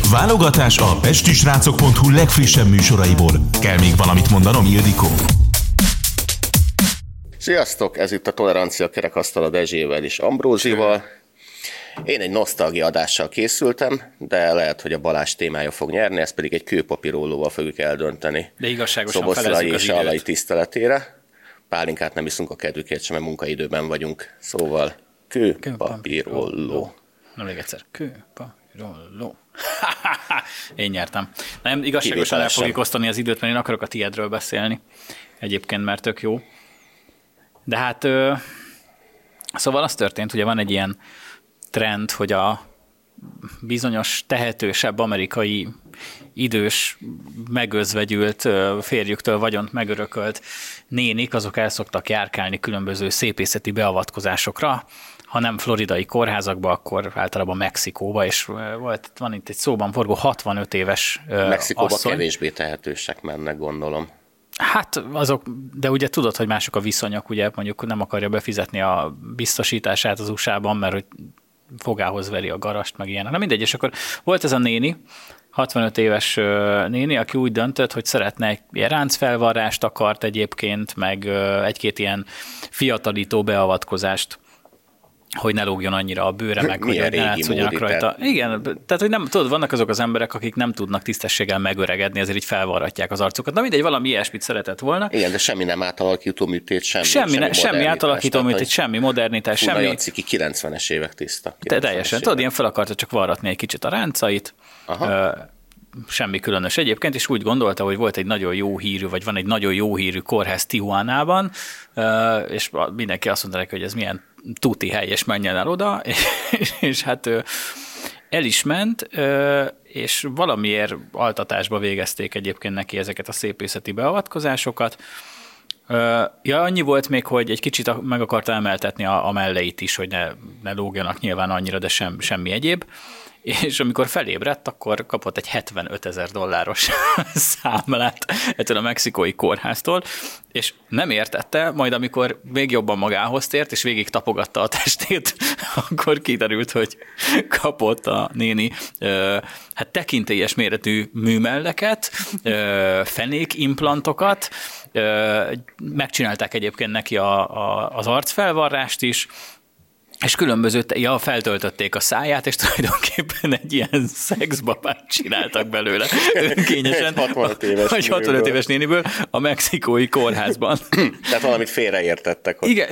Válogatás a pestisrácok.hu legfrissebb műsoraiból. Kell még valamit mondanom, Ildikó? Sziasztok! Ez itt a Tolerancia Kerekasztala Dezsével és Ambrózival. Én egy nosztalgia adással készültem, de lehet, hogy a Balázs témája fog nyerni, ezt pedig egy kőpapírollóval fogjuk eldönteni. De igazságosan Szoboszlai és Allai tiszteletére. Pálinkát nem iszunk a kedvükért sem, mert munkaidőben vagyunk. Szóval kőpapírolló. Na még egyszer. Kőpapírolló. Én nyertem. Nem, igazságosan el fogjuk osztani az időt, mert én akarok a tiédről beszélni. Egyébként, mert tök jó. De hát, szóval az történt, ugye van egy ilyen trend, hogy a bizonyos tehetősebb amerikai idős, megözvegyült férjüktől vagyont megörökölt nénik, azok el szoktak járkálni különböző szépészeti beavatkozásokra, ha nem floridai kórházakba, akkor általában Mexikóba, és van itt egy szóban forgó 65 éves Mexikóba asszony. Kevésbé tehetősek mennek, gondolom. Hát azok, de ugye tudod, hogy mások a viszonyok, ugye mondjuk nem akarja befizetni a biztosítását az USA-ban, mert hogy fogához veri a garast, meg ilyenek. Na mindegy, és akkor volt ez a néni, 65 éves néni, aki úgy döntött, hogy szeretne egy ilyen ráncfelvarrást akart egyébként, meg egy-két ilyen fiatalító beavatkozást, hogy ne lógjon annyira a bőre, meg hogy ne látszódjanak rajta. Igen, tehát hogy nem, tudod, vannak azok az emberek, akik nem tudnak tisztességgel megöregedni, ezért így felvarratják az arcukat. Na mindegy, valami ilyesmit szeretett volna. Igen, de semmi nem átalakító műtét, semmi átalakító műtét, semmi modernitás, semmi. Nagyon ciki, 90-es évek tiszta. Teljesen, tudod, ilyen fel akarta csak varratni egy kicsit a ráncait, semmi különös egyébként, és úgy gondolta, hogy volt egy nagyon jó hírű, vagy van egy nagyon jó hírű kórház Tijuánában, és mindenki azt mondta neki, hogy ez milyen tuti hely, és menjen el oda, és hát el is ment, és valamiért altatásba végezték egyébként neki ezeket a szépészeti beavatkozásokat. Ja, annyi volt még, hogy egy kicsit meg akarta emeltetni a melleit is, hogy ne lógjanak nyilván annyira, de semmi egyéb. És amikor felébredt, akkor kapott egy $75,000 számlát ettől a mexikói kórháztól, és nem értette, majd amikor még jobban magához tért, és végig tapogatta a testét, akkor kiderült, hogy kapott a néni hát tekintélyes méretű műmelleket, fenékimplantokat, megcsinálták egyébként neki az arcfelvarrást is, és különböző, feltöltötték a száját, és tulajdonképpen egy ilyen szexbabát csináltak belőle önkényesen. Egy 65 éves néniből a mexikói kórházban. Tehát valamit félreértettek. Igen.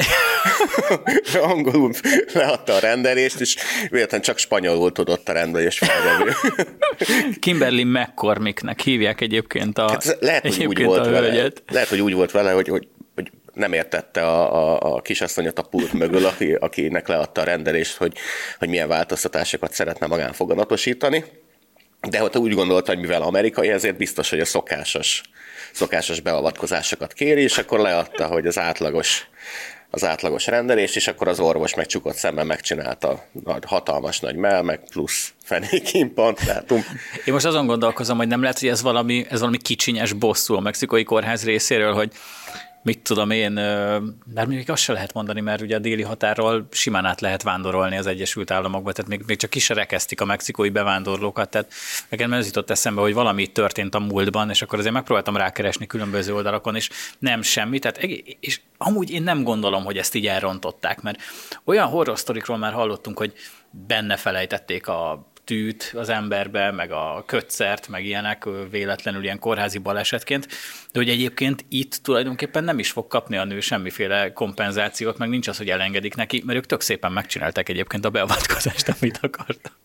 Angolul leadta a rendelést, és véletlenül csak spanyolul tudott a rendelés felvenni. Kimberly McCormicknek hívják egyébként lehet, hogy úgy volt vele, hogy nem értette a kisasszonyot a pult mögül, akinek leadta a rendelést, hogy milyen változtatásokat szeretne magán foganatosítani. De ott úgy gondolta, hogy mivel amerikai, ezért biztos, hogy a szokásos beavatkozásokat kéri, és akkor leadta, hogy az átlagos rendelést, és akkor az orvos meg csukott szemben megcsinálta hatalmas nagy mell, meg plusz fenékimplantátum. Én most azon gondolkozom, hogy nem lehet, hogy ez valami kicsinyes bosszú a mexikói kórház részéről, hogy mit tudom én, mert még azt se lehet mondani, mert ugye a déli határról simán át lehet vándorolni az Egyesült Államokba, tehát még csak ki se rekeztik a mexikói bevándorlókat, tehát nekem ez jutott eszembe, hogy valami történt a múltban, és akkor azért megpróbáltam rákeresni különböző oldalakon, és nem semmi, tehát, és amúgy én nem gondolom, hogy ezt így elrontották, mert olyan horror sztorikról már hallottunk, hogy benne felejtették a tűt az emberbe, meg a kötszert, meg ilyenek véletlenül ilyen kórházi balesetként, de hogy egyébként itt tulajdonképpen nem is fog kapni a nő semmiféle kompenzációt, meg nincs az, hogy elengedik neki, mert ők tök szépen megcsinálták egyébként a beavatkozást, amit akartak.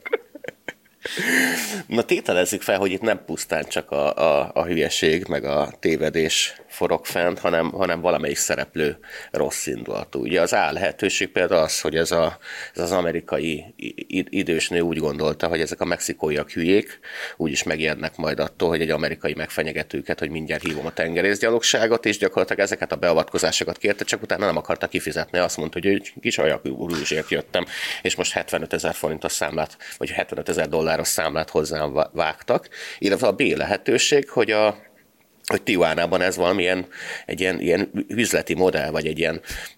Na tételezzük fel, hogy itt nem pusztán csak a hülyeség, meg a tévedés forog fent, hanem valamelyik szereplő rossz indulatú. Ugye az lehetőség például az, hogy ez az amerikai idős nő úgy gondolta, hogy ezek a mexikóiak hülyék, úgyis megijednek majd attól, hogy egy amerikai megfenyeget őket, hogy mindjárt hívom a tengerészgyalogságot, és gyakorlatilag ezeket a beavatkozásokat kérte, csak utána nem akarta kifizetni. Azt mondta, hogy egy kis ajakú rúzsért jöttem, és most $75,000 számlát, vagy $75,000 számlát hozzám vágtak, illetve a B lehetőség, hogy Tijuánában ez valamilyen egy ilyen üzleti modell, vagy egy ilyen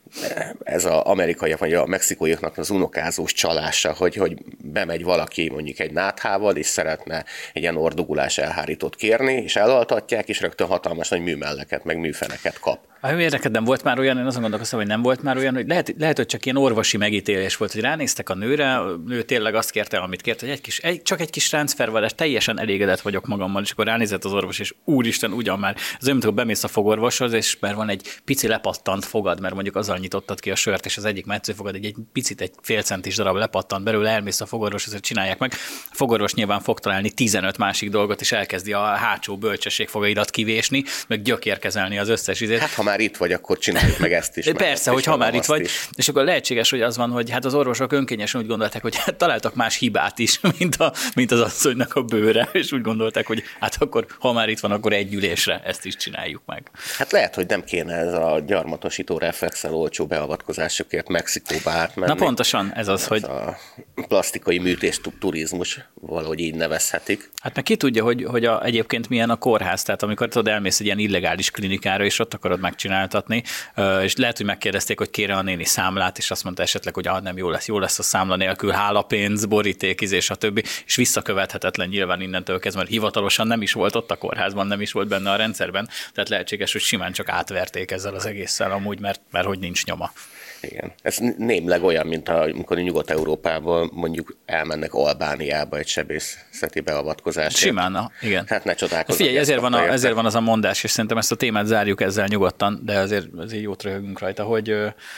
ez az amerikai vagy a mexikóiaknak az unokázós csalása, hogy bemegy valaki mondjuk egy náthával, és szeretne egy ilyen ordugulás elhárítót kérni, és elaltatják, és rögtön hatalmas nagy műmelleket, meg műfeneket kap. Érdeked, nem volt már olyan, én azon gondolkoztam, hogy nem volt már olyan, hogy lehet, hogy csak ilyen orvosi megítélés volt, hogy ránéztek a nőre, a nő tényleg azt kérte, amit kért, hogy csak egy kis ráncfervelés, teljesen elégedett vagyok magammal, és akkor ránézett az orvos, és úristen, ugyan már, az olyan, amikor bemész a fogorvoshoz, és már van egy pici lepattant fogad, mert mondjuk azzal nyitottad ki a sört, és az egyik metszőfogad egy picit, egy fél centis darab lepattant belőle, elmész a fogorvoshoz, hogy csinálják meg. A fogorvos nyilván fog találni 15 másik dolgot, és elkezdi a hátsó bölcsességfogaidat kivésni, meg gyökérkezelni az összes izét. Hát, ha már itt vagy, akkor csináljuk meg ezt is. Persze, hogy ha már itt vagy, és akkor lehetséges, hogy az van, hogy hát az orvosok önkényesen úgy gondolták, hogy hát találtak más hibát is, mint az asszonynak a bőre, és úgy gondolták, hogy hát akkor, ha már itt van, akkor egy ülésre ezt is csináljuk meg. Hát lehet, hogy nem kéne ez a gyarmatosító reflexel olcsó beavatkozásokért Mexikóba átmenni. Na pontosan ez az, hogy... A plastikai műtés turizmus, valahogy így nevezhetik. Hát meg ki tudja, hogy egyébként milyen a kórház, tehát amikor tudod, elmész egy ilyen illegális klinikára, és ott akarod megcsináltatni, és lehet, hogy megkérdezték, hogy kére a néni számlát, és azt mondta esetleg, hogy nem jó lesz a számla nélkül, hálapénz, boríték, és a többi, és visszakövethetetlen nyilván innentől kezdve, mert hivatalosan nem is volt ott a kórházban, nem is volt benne a rendszerben, tehát lehetséges, hogy simán csak átverték ezzel az egésszel amúgy, mert hogy nincs nyoma. Igen. Ez némleg olyan, mint amikor Nyugat-Európában mondjuk elmennek Albániába egy sebészeti beavatkozásért. Simán, igen. Hát ne csodálkozzak. Figyelj, ezért van az a mondás, és szerintem ezt a témát zárjuk ezzel nyugodtan, de azért jót röhögünk rajta, hogy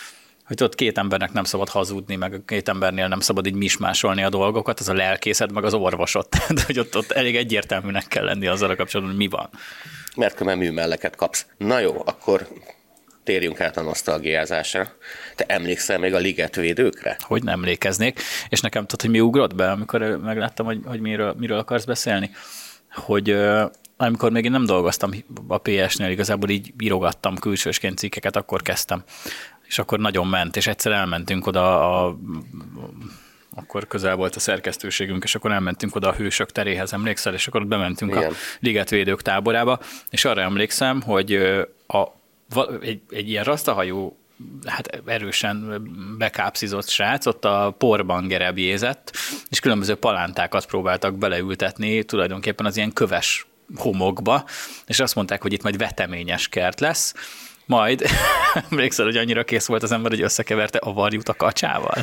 ott két embernek nem szabad hazudni, meg két embernél nem szabad így mismásolni a dolgokat, az a lelkészed, meg az orvosod. De hogy ott elég egyértelműnek kell lenni azzal a kapcsolatban, hogy mi van. Mert különben műmelleket kapsz. Na jó, akkor térjünk át a nosztalgiázásra. Te emlékszel még a ligetvédőkre? Hogy nem emlékeznék, és nekem tudod, hogy mi ugrott be, amikor megláttam, hogy miről akarsz beszélni? Hogy amikor még én nem dolgoztam a PS-nél, igazából így írogattam külsősként cikkeket, akkor kezdtem. És akkor nagyon ment, és egyszer elmentünk oda akkor közel volt a szerkesztőségünk, és akkor elmentünk oda a Hősök teréhez, emlékszel, és akkor bementünk a ligetvédők táborába, és arra emlékszem, hogy egy ilyen rasztahajú, hát erősen bekápszizott srác ott a porban gerebjézett, és különböző palántákat próbáltak beleültetni tulajdonképpen az ilyen köves homokba, és azt mondták, hogy itt majd veteményes kert lesz, majd emlékszel, hogy annyira kész volt az ember, hogy összekeverte a varjút a kacsával?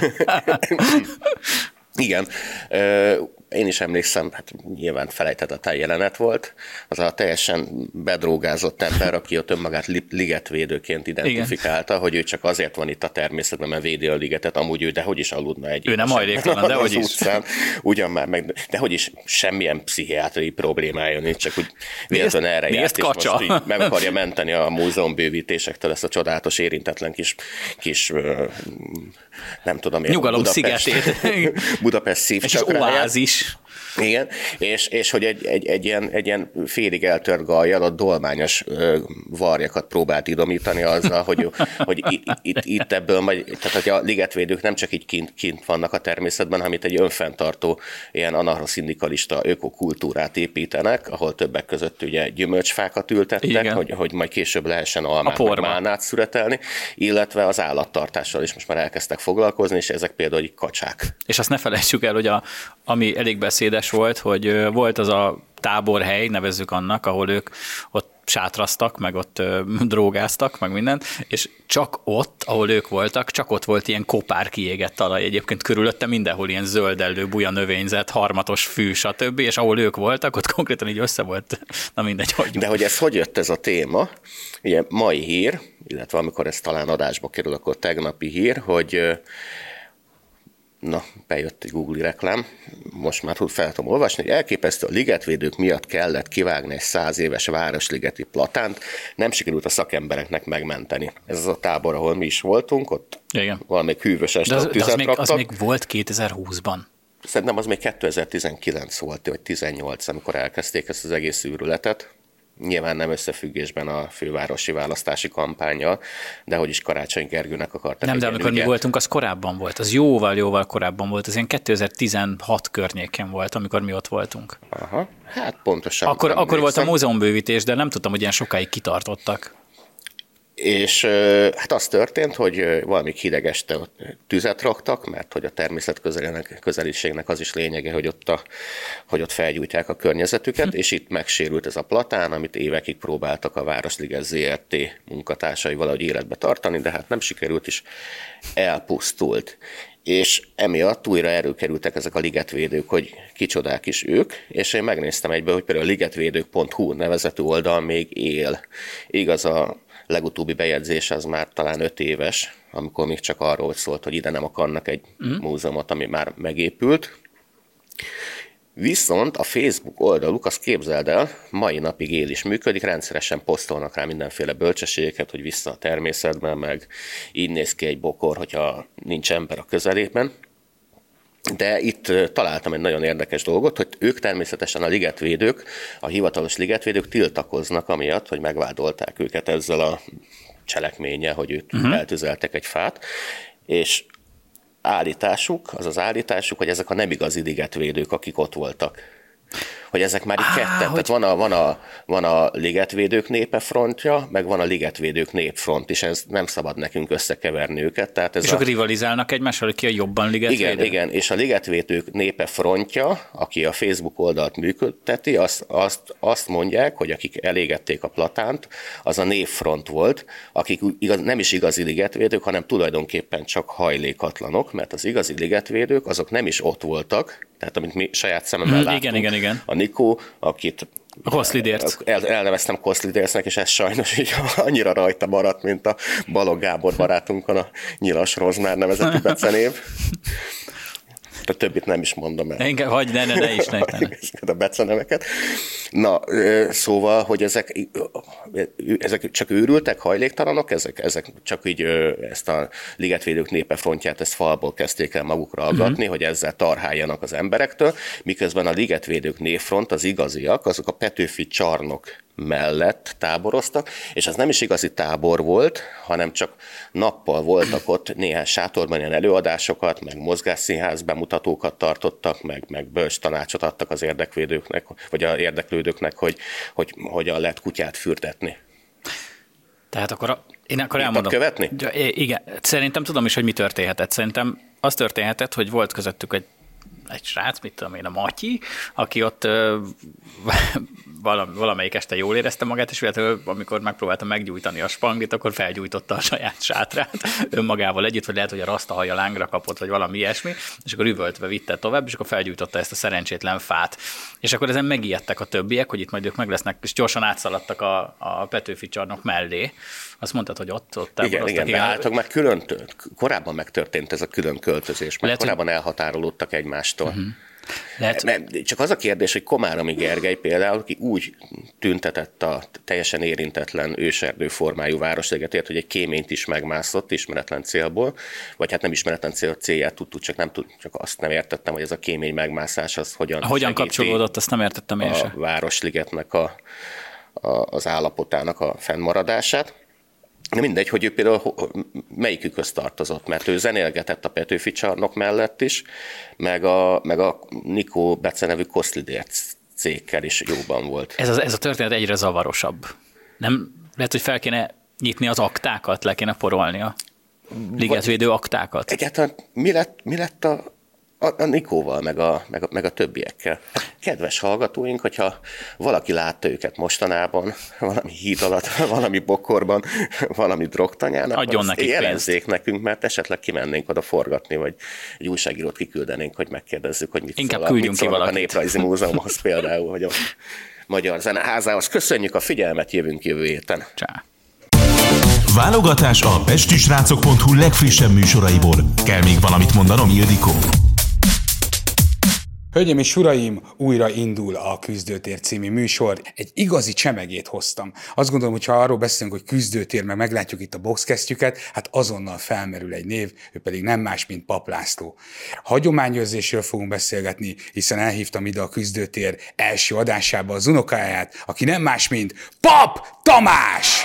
Igen. Én is emlékszem, hát nyilván felejthetetlen jelenet volt. Az a teljesen bedrógázott ember, aki ott önmagát ligetvédőként identifikálta, igen, hogy ő csak azért van itt a természetben, mert védi a ligetet, amúgy ő dehogy is aludna egy. Ő nem hajléktalan, dehogy is. Utcán, ugyan már, dehogy is semmilyen pszichiátriai problémája nincs, csak úgy véletlenül erre járt, és most így meg akarja menteni a múzeumbővítésektől ezt a csodálatos érintetlen kis nem tudom én. Nyugalom szigetét. Budapest szívcsakráját. És oázis. Igen, és hogy egy ilyen félig eltört gajjal a dolmányos varjakat próbált idomítani azzal, hogy itt ebből majd, tehát hogy a ligetvédők nem csak így kint vannak a természetben, hanem itt egy önfenntartó, ilyen anarchoszindikalista ökokultúrát építenek, ahol többek között ugye gyümölcsfákat ültettek, hogy majd később lehessen almát, meg málnát szüretelni, illetve az állattartással is most már elkezdtek foglalkozni, és ezek például így kacsák. És azt ne felejtsük el, hogy ami elég beszédes volt, hogy volt az a táborhely, nevezzük annak, ahol ők ott sátraztak, meg ott drógáztak, meg mindent, és csak ott, ahol ők voltak, csak ott volt ilyen kopár kiégett talaj, egyébként körülötte mindenhol ilyen zöldellő buja növényzet, harmatos fű, stb., és ahol ők voltak, ott konkrétan így össze volt, na mindegy, hagyjuk. De hogy ez hogy jött ez a téma? Ugye mai hír, illetve amikor ez talán adásba kerül, akkor tegnapi hír, hogy bejött egy Google reklám, most már fel tudom olvasni, hogy elképesztő, a ligetvédők miatt kellett kivágni egy 100 éves városligeti platánt, nem sikerült a szakembereknek megmenteni. Ez az a tábor, ahol mi is voltunk, ott valamelyik hűvös este a tüzet raktak. Az még volt 2020-ban. Szerintem az még 2019 volt, vagy 18, amikor elkezdték ezt az egész őrületet. Nyilván nem összefüggésben a fővárosi választási kampánnyal, de hogy is Karácsony Gergőnek akartak. Nem, de amikor mi voltunk, az korábban volt. Az jóval korábban volt. Az ilyen 2016 környéken volt, amikor mi ott voltunk. Aha, hát pontosan. Akkor volt a múzeumbővítés, de nem tudtam, hogy ilyen sokáig kitartottak. És hát az történt, hogy valamik hideg este ott tüzet raktak, mert hogy a természet közeliségnek az is lényege, hogy ott felgyújtják a környezetüket, és itt megsérült ez a platán, amit évekig próbáltak a Városliget ZRT munkatársai valahogy életbe tartani, de hát nem sikerült, is elpusztult. És emiatt újra előkerültek ezek a ligetvédők, hogy kicsodák is ők, és én megnéztem egybe, hogy például a ligetvédők.hu nevezetű oldal még él. Igaz, a legutóbbi bejegyzés az már talán 5 éves, amikor még csak arról szólt, hogy ide nem akarnak egy múzeumot, ami már megépült. Viszont a Facebook oldaluk, azt képzeld el, mai napig él is működik, rendszeresen posztolnak rá mindenféle bölcsességeket, hogy vissza a természetben, meg így néz ki egy bokor, hogyha nincs ember a közelében. De itt találtam egy nagyon érdekes dolgot, hogy ők természetesen a ligetvédők, a hivatalos ligetvédők tiltakoznak amiatt, hogy megvádolták őket ezzel a cselekménnyel, hogy ők eltüzeltek egy fát, és állításuk, hogy ezek a nem igazi ligetvédők, akik ott voltak. Hogy ezek már így ketten. Tehát van a ligetvédők népe frontja, meg van a ligetvédők népfront, és ez nem szabad nekünk összekeverni őket. Tehát ez és ők rivalizálnak egymással, hogy ki a jobban ligetvédő? Igen, és a ligetvédők népe frontja, aki a Facebook oldalt működteti, azt mondják, hogy akik elégették a platánt, az a népfront volt, akik nem is igazi ligetvédők, hanem tulajdonképpen csak hajlékatlanok, mert az igazi ligetvédők azok nem is ott voltak, tehát amit mi saját szememmel láttunk. Igen. A Nikó, akit Koszlidérc. Elneveztem Koszlidércnek, és ez sajnos így annyira rajta maradt, mint a Balogh Gábor barátunkon a Nyilas Rozsmár nevezetű becenév. A többit nem is mondom el. Inkább hagyj, ne is. A beceneveket. Na, szóval, hogy ezek csak őrültek, hajléktalanok, ezek csak így ezt a ligetvédők népe frontját, ezt falból kezdték el magukra aggatni, hogy ezzel tarháljanak az emberektől, miközben a ligetvédők névfront, az igaziak, azok a Petőfi csarnok mellett táboroztak, és az nem is igazi tábor volt, hanem csak nappal voltak ott néhány sátorban ilyen előadásokat, meg mozgásszínház bemutatókat tartottak, meg bölcs tanácsot adtak az érdeklődőknek, vagy a érdeklődőknek, hogy hogyan lehet kutyát fürdetni. Tehát én akkor elmondom. Követni? Igen, szerintem tudom is, hogy mi történhetett. Szerintem az történhetett, hogy volt közöttük egy srác, mit tudom én, a Matyi, aki ott valamelyik este jól érezte magát, és véletlenül, amikor megpróbálta meggyújtani a spanglit, akkor felgyújtotta a saját sátrát önmagával együtt, vagy lehet, hogy a rasztahaja lángra kapott, vagy valami ilyesmi, és akkor üvöltve vitte tovább, és akkor felgyújtotta ezt a szerencsétlen fát. És akkor ezen megijedtek a többiek, hogy itt majd ők meg lesznek, és gyorsan átszaladtak a Petőfi csarnok mellé. Azt mondtad, hogy ott Igen, de álltak már korábban megtörtént ez a külön költözés, mert korábban elhatárolódtak egymástól. Csak az a kérdés, hogy Komáromi Gergely például, aki úgy tüntetett a teljesen érintetlen őserdő formájú Városligetért, hogy egy kéményt is megmászott ismeretlen célból, vagy hát nem ismeretlen célját tudtuk, csak azt nem értettem, hogy ez a kémény megmászás az hogyan kapcsolódott, azt nem értettem én sem. A Városligetnek az állapotának a fennmaradását. Mindegy, hogy ő például melyikükhöz tartozott, mert ő zenélgetett a Petőfi csarnok mellett is, meg a Nikó becenevű Koszlidérc cégkel is jóban volt. Ez a történet egyre zavarosabb. Nem lehet, hogy fel kéne nyitni az aktákat, le kéne porolni a ligetvédő aktákat? Egyáltalán mi lett a Nikóval, meg a többiekkel? Kedves hallgatóink, hogyha valaki látta őket mostanában, valami híd alatt, valami bokorban, valami drogtanyán, akkor jelezzék nekünk, mert esetleg kimennénk oda forgatni, vagy egy újságírót kiküldenénk, hogy megkérdezzük, hogy mit szólnak a Néprajzi Múzeumhoz például, hogy a Magyar Zeneházához. Köszönjük a figyelmet, jövünk jövő héten. Csá. Válogatás a pestisrácok.hu legfrissebb műsoraiból. Kell még valamit mondanom, Ildikó? Hölgyeim és uraim, újra indul a Küzdőtér című műsor. Egy igazi csemegét hoztam. Azt gondolom, hogy ha arról beszélünk, hogy Küzdőtér, mert meglátjuk itt a boxkesztyüket, hát azonnal felmerül egy név, ő pedig nem más, mint Pap László. Hagyományőrzésről fogunk beszélgetni, hiszen elhívtam ide a Küzdőtér első adásába az unokáját, aki nem más, mint Pap Tamás!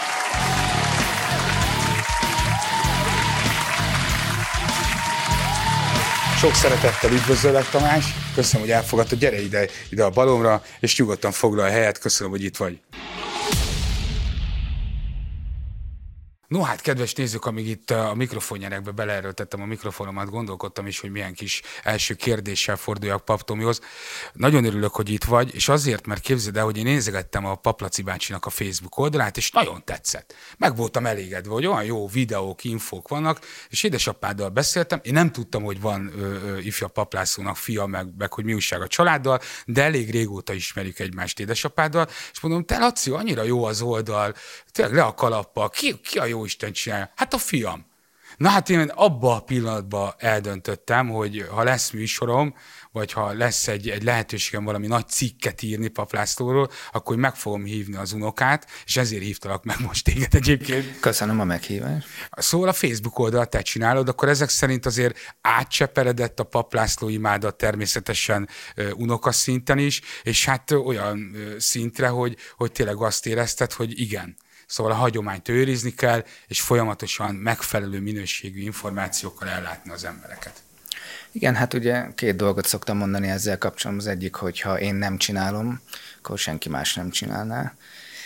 Sok szeretettel üdvözöllek, Tamás. Köszönöm, hogy elfogadtad. Gyere ide a balomra, és nyugodtan foglalj helyet. Köszönöm, hogy itt vagy. No hát, kedves nézők, amíg itt a mikrofonjerekbe beleerőltettem a mikrofonomat, gondolkodtam is, hogy milyen kis első kérdéssel forduljak Pap Tomihoz. Nagyon örülök, hogy itt vagy, és azért, mert képzeld el, hogy én nézegettem a Pap Laci bácsinak a Facebook oldalát, és nagyon tetszett. Meg voltam elégedve, hogy olyan jó videók, infók vannak, és édesapáddal beszéltem. Én nem tudtam, hogy van ifjabb Pap Lászlónak fia, meg hogy mi újság a családdal, de elég régóta ismerjük egymást édesapáddal, és mondom, te Laci, annyira jó az oldal, tényleg le a kalappal, ki a jó Isten csinálja? Hát a fiam. Na hát én abban a pillanatban eldöntöttem, hogy ha lesz műsorom, vagy ha lesz egy lehetőségem valami nagy cikket írni Pap Lászlóról, akkor meg fogom hívni az unokát, és ezért hívtalak meg most téged egyébként. Köszönöm a meghívást. Szóval a Facebook oldalt te csinálod, akkor ezek szerint azért átcseperedett a Pap László imádat természetesen unokaszinten is, és hát olyan szintre, hogy tényleg azt érezted, hogy igen. Szóval a hagyományt őrizni kell, és folyamatosan megfelelő minőségű információkkal ellátni az embereket. Igen, hát ugye 2 dolgot szoktam mondani ezzel kapcsolatban. Az egyik, hogy ha én nem csinálom, akkor senki más nem csinálná.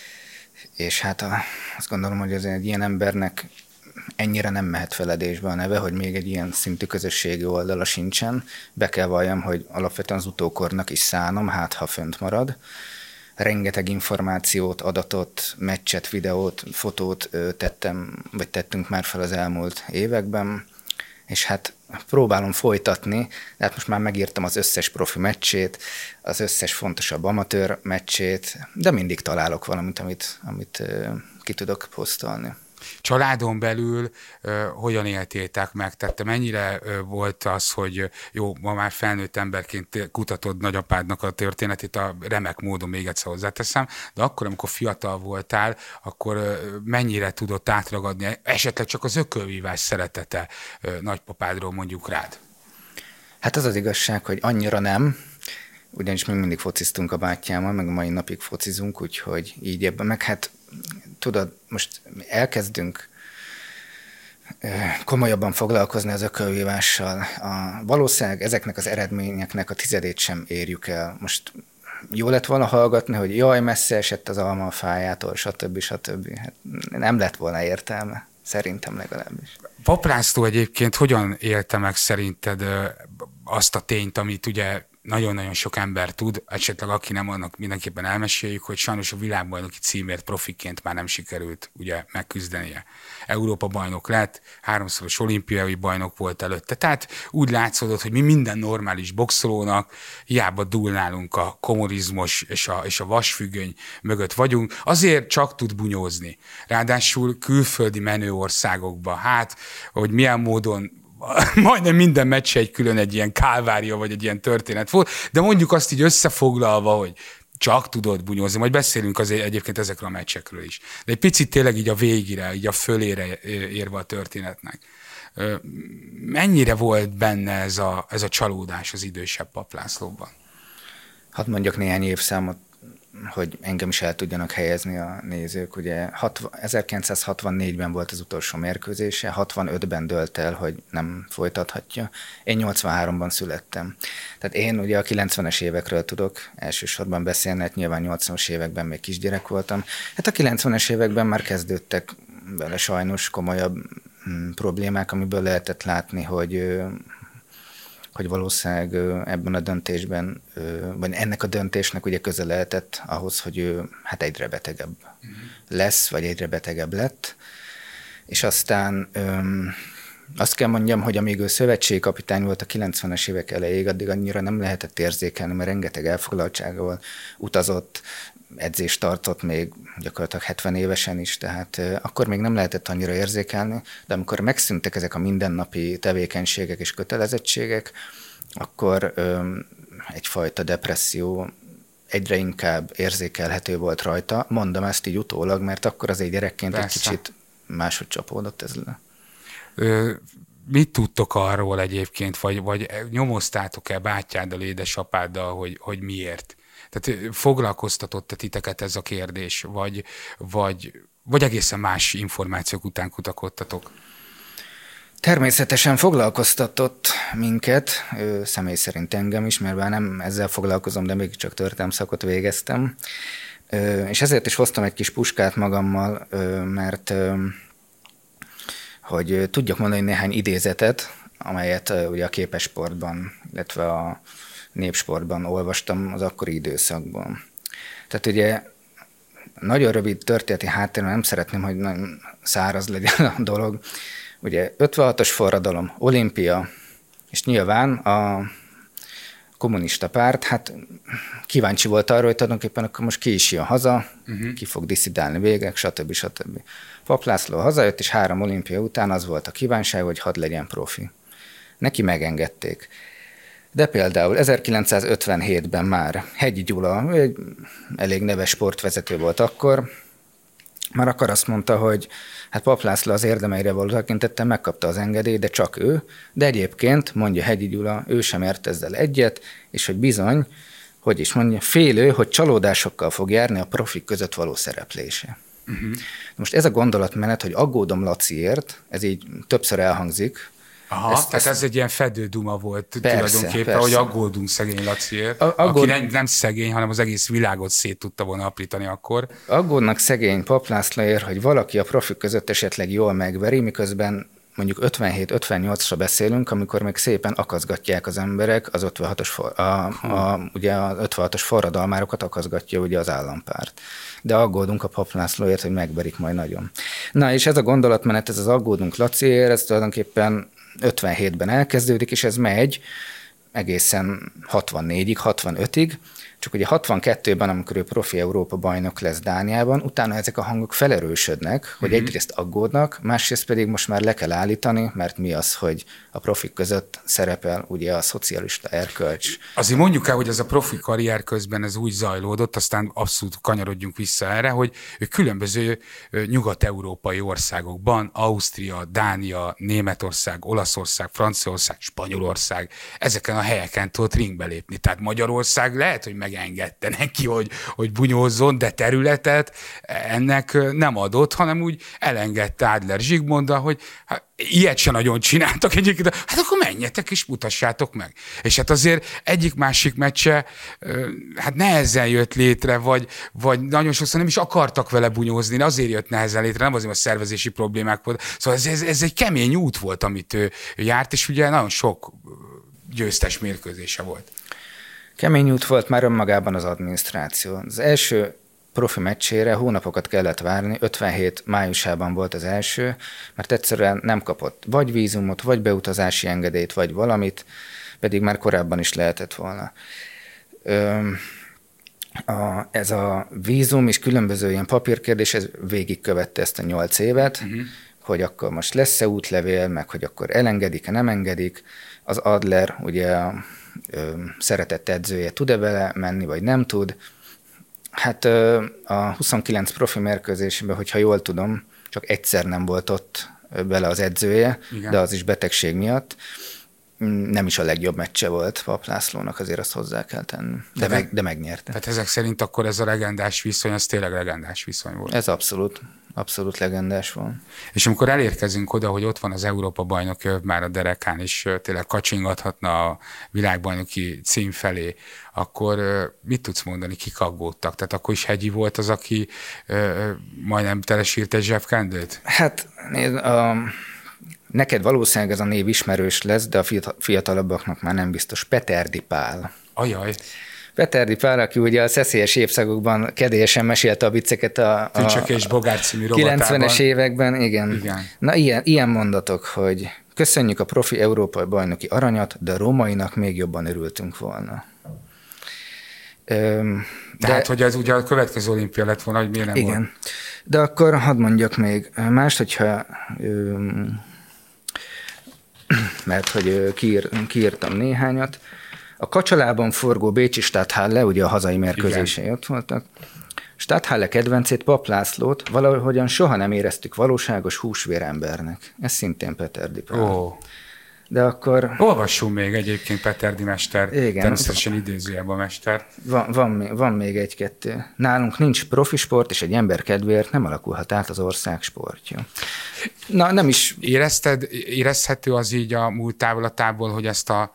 És hát azt gondolom, hogy azért egy ilyen embernek ennyire nem mehet feledésbe a neve, hogy még egy ilyen szintű közösségi oldala sincsen. Be kell valljam, hogy alapvetően az utókornak is szánom, hát ha fönt marad. Rengeteg információt, adatot, meccset, videót, fotót tettünk már fel az elmúlt években, és hát próbálom folytatni, de hát most már megírtam az összes profi meccsét, az összes fontosabb amatőr meccsét, de mindig találok valamit, amit ki tudok posztolni. Családon belül hogyan éltétek meg? Tehát mennyire volt az, hogy jó, ma már felnőtt emberként kutatod nagyapádnak a történetét, a remek módon még egyszer hozzáteszem, de akkor, amikor fiatal voltál, akkor mennyire tudott átragadni esetleg csak az ökölvívás szeretete nagypapádról mondjuk rád? Hát az az igazság, hogy annyira nem, ugyanis még mindig fociztunk a bátyámmal, meg a mai napig focizunk, úgyhogy így ebben meg hát tudod, most elkezdünk komolyabban foglalkozni az ökölvívással. Valószínűleg ezeknek az eredményeknek a 10% sem érjük el. Most jó lett volna hallgatni, hogy jaj, messze esett az alma a fájától, stb. Hát nem lett volna értelme, szerintem legalábbis. Pap László egyébként hogyan élte meg szerinted azt a tényt, amit ugye nagyon-nagyon sok ember tud, esetleg aki nem, annak mindenképpen elmeséljük, hogy sajnos a világbajnoki címért profiként már nem sikerült ugye megküzdenie. Európa bajnok lett, 3-szoros olimpiai bajnok volt előtte. Tehát úgy látszódott, hogy mi minden normális boxolónak hiába dúl nálunk a komorizmus és a vasfüggöny mögött vagyunk, azért csak tud bunyózni. Ráadásul külföldi menő országokba. Hát, hogy milyen módon majdnem minden meccs egy külön egy ilyen kálvária, vagy egy ilyen történet volt, de mondjuk azt így összefoglalva, hogy csak tudod bunyózni, majd beszélünk azért egyébként ezekről a meccsekről is. De egy picit tényleg így a végére, így a fölére érve a történetnek. Mennyire volt benne ez a csalódás az idősebb Pap Lászlóban? Hadd mondjak néhány évszámot, hogy engem is el tudjanak helyezni a nézők. Ugye 1964-ben volt az utolsó mérkőzése, 65-ben dölt el, hogy nem folytathatja. Én 83-ban születtem. Tehát én ugye a 90-es évekről tudok elsősorban beszélni, hát nyilván 80-as években még kisgyerek voltam. Hát a 90-es években már kezdődtek vele sajnos komolyabb problémák, amiből lehetett látni, hogy valószínűleg ebben a döntésben, vagy ennek a döntésnek ugye köze lehetett ahhoz, hogy ő hát egyre betegebb lesz, vagy egyre betegebb lett. És aztán azt kell mondjam, hogy amíg ő szövetségi kapitány volt a 90-es évek elejéig, addig annyira nem lehetett érzékelni, mert rengeteg elfoglaltságával utazott, edzést tartott még gyakorlatilag 70 évesen is, tehát akkor még nem lehetett annyira érzékelni, de amikor megszűntek ezek a mindennapi tevékenységek és kötelezettségek, akkor egyfajta depresszió egyre inkább érzékelhető volt rajta. Mondom ezt így utólag, mert akkor azért gyerekként egy kicsit máshogy csapódott ez le. Mit tudtok arról egyébként, vagy nyomoztátok-e bátyáddal, édesapáddal, hogy miért? Tehát foglalkoztatott-e titeket ez a kérdés, vagy egészen más információk után kutakodtatok? Természetesen foglalkoztatott minket, személy szerint engem is, mert bár nem ezzel foglalkozom, de mégiscsak történelmszakot végeztem. És ezért is hoztam egy kis puskát magammal, mert hogy tudjak mondani néhány idézetet, amelyet ugye a képessportban, illetve a népsportban olvastam az akkori időszakban. Tehát ugye nagyon rövid történeti háttérben, nem szeretném, hogy nagyon száraz legyen a dolog. Ugye 56-os forradalom, olimpia, és nyilván a kommunista párt, hát kíváncsi volt arra, hogy tulajdonképpen akkor most ki is jön haza, ki fog diszidálni végek, stb. Papp László hazajött, és 3 olimpia után az volt a kívánság, hogy hadd legyen profi. Neki megengedték. De például 1957-ben már Hegyi Gyula, egy elég neves sportvezető volt akkor, már akkor azt mondta, hogy hát Papp László az érdemeire való tekintettel megkapta az engedélyt, de csak ő, de egyébként, mondja Hegyi Gyula, ő sem ért ezzel egyet, és hogy bizony, hogy is mondja, félő, hogy csalódásokkal fog járni a profik között való szereplése. Most ez a gondolatmenet, hogy aggódom Laciért, ez így többször elhangzik. Aha, tehát ez egy ilyen fedőduma volt tulajdonképpen, hogy aggódunk szegény Laciért, aki nem szegény, hanem az egész világot szét tudta volna aprítani akkor. Aggódnak szegény Papp Lászlóért, hogy valaki a profik között esetleg jól megveri, miközben mondjuk 57-58-ra beszélünk, amikor még szépen akaszgatják az emberek az 56-os forradalmárokat akaszgatja ugye az állampárt. De aggódunk a Papp Lászlóért, hogy megverik majd nagyon. Na és ez a gondolatmenet, ez az aggódunk Laciért, ez tulajdonképpen 57-ben elkezdődik, és ez megy egészen 64-ig, 65-ig, csak ugye 62-ben, amikor ő profi Európa bajnok lesz Dániában, utána ezek a hangok felerősödnek, hogy egyrészt aggódnak, másrészt pedig most már le kell állítani, mert mi az, hogy a profik között szerepel ugye a szocialista erkölcs. Azért mondjuk el, hogy ez a profi karrier közben ez úgy zajlódott, aztán abszolút kanyarodjunk vissza erre, hogy különböző nyugat-európai országokban, Ausztria, Dánia, Németország, Olaszország, Franciaország, Spanyolország, ezeken a helyeken tudott ringbe lépni. Tehát Magyarország lehet, hogy megengedte neki, hogy bunyózzon, de területet ennek nem adott, hanem úgy elengedte Adler Zsigmonddal, hogy hát, ilyet se nagyon csináltak egyébként, hát akkor menjetek és mutassátok meg. És hát azért egyik-másik meccse hát nehezen jött létre, vagy nagyon sokszor nem is akartak vele bunyózni, de azért jött nehezen létre, nem azért, a szervezési problémák volt. Szóval ez egy kemény út volt, amit ő járt, és ugye nagyon sok győztes mérkőzése volt. Kemény út volt már önmagában az adminisztráció. Az első profi meccsére hónapokat kellett várni, 57 májusában volt az első, mert egyszerűen nem kapott vagy vízumot, vagy beutazási engedélyt, vagy valamit, pedig már korábban is lehetett volna. Ez a vízum és különböző ilyen papírkérdés, ez végigkövette ezt a 8 évet, hogy akkor most lesz-e útlevél, meg hogy akkor elengedik-e, nem engedik. Az Adler, ugye a szeretett edzője tud-e vele menni, vagy nem tud. Hát a 29 profi mérkőzésében, hogyha jól tudom, csak egyszer nem volt ott vele az edzője, igen, de az is betegség miatt. Nem is a legjobb meccse volt Papp Lászlónak, azért azt hozzá kell tenni. De megnyerte. Tehát ezek szerint akkor ez a legendás viszony, az tényleg legendás viszony volt. Ez abszolút legendás volt. És amikor elérkezünk oda, hogy ott van az Európa-bajnok már a derekán, és tényleg kacsingathatna a világbajnoki cím felé, akkor mit tudsz mondani, kik aggódtak? Tehát akkor is Hegyi volt az, aki majdnem telesírt egy zsebkendőt? Hát neked valószínűleg ez a név ismerős lesz, de a fiatalabbaknak már nem biztos. Peterdi Pál. Ajaj. Peterdi Pál, aki ugye a szeszélyes évszakokban kedélyesen mesélte a vicceket a Tücsök és Bogár című rovatában. 90-es években, igen. Na ilyen mondatok, hogy köszönjük a profi európai bajnoki aranyat, de a rómainak még jobban örültünk volna. Tehát, hogy ez ugye a következő olimpia lett volna, hogy miért nem igen. volt. De akkor hadd mondjak még mást, hogyha mert hogy kiírtam néhányat. A kacsalában forgó bécsi Stadthalle, ugye a hazai mérkőzései ott voltak. Stadthalle kedvencét, Papp Lászlót valahogyan soha nem éreztük valóságos húsvérembernek. Ez szintén Peterdi Pál. Ó. De akkor... Olvassunk még egyébként Peterdi mester, igen, természetesen idézőjelben a mester. Van még egy-kettő. Nálunk nincs profi sport, és egy ember kedvéért nem alakulhat át az ország sportja. Na, nem is... Érezhető az így a múlt távolatából, hogy ezt a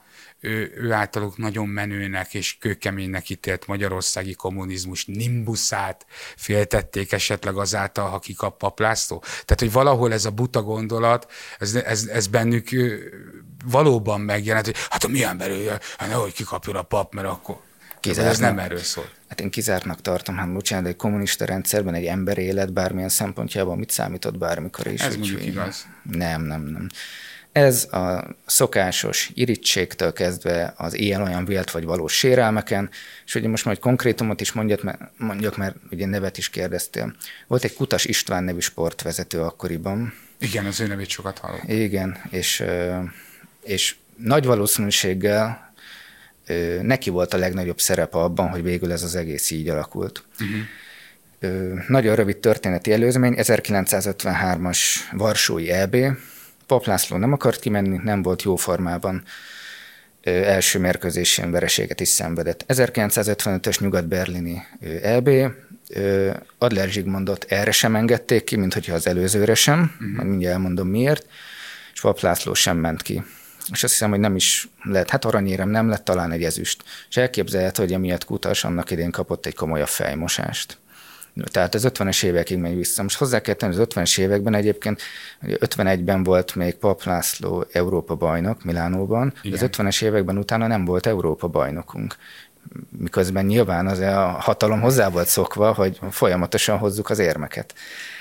ő általuk nagyon menőnek és kőkeménynek ítélt magyarországi kommunizmus nimbuszát féltették esetleg azáltal, ha kikap Papp László. Tehát, hogy valahol ez a buta gondolat, ez bennük valóban megjelent, hogy hát a mi emberője, hát nehogy kikapjon a pap, mert akkor... Ez nem erről szól. Hát én kizártnak tartom, hát bocsánat, egy kommunista rendszerben egy ember élet bármilyen szempontjában mit számított bármikor is. Ez mondjuk igaz. Nem. Ez a szokásos irítségtől kezdve az ilyen-olyan vélt vagy valós sérelmeken, és ugye most majd konkrétumot is mondjak, mert ugye nevet is kérdeztél. Volt egy Kutas István nevű sportvezető akkoriban. Igen, az ő nevét sokat hallom. Igen, és nagy valószínűséggel neki volt a legnagyobb szerepe abban, hogy végül ez az egész így alakult. Nagyon rövid történeti előzmény, 1953-as Varsói EB, Papp László nem akart kimenni, nem volt jó formában, első mérkőzésén vereséget is szenvedett. 1955-ös nyugat-berlini EB, Adler Zsigmondot erre sem engedték ki, mint hogyha az előzőre sem, majd mindjárt elmondom miért, és Papp László sem ment ki. És azt hiszem, hogy nem is lett, hát aranyérem nem lett, talán egy ezüst. És elképzelhető, hogy emiatt Kutas annak idén kapott egy komolyabb fejmosást. Tehát az 50-es évekig megy vissza. Most hozzá kell tenni, az 50-es években egyébként, 51-ben volt még Papp László Európa bajnok Milánóban, de az 50-es években utána nem volt Európa bajnokunk. Miközben nyilván az a hatalom hozzá volt szokva, hogy folyamatosan hozzuk az érmeket.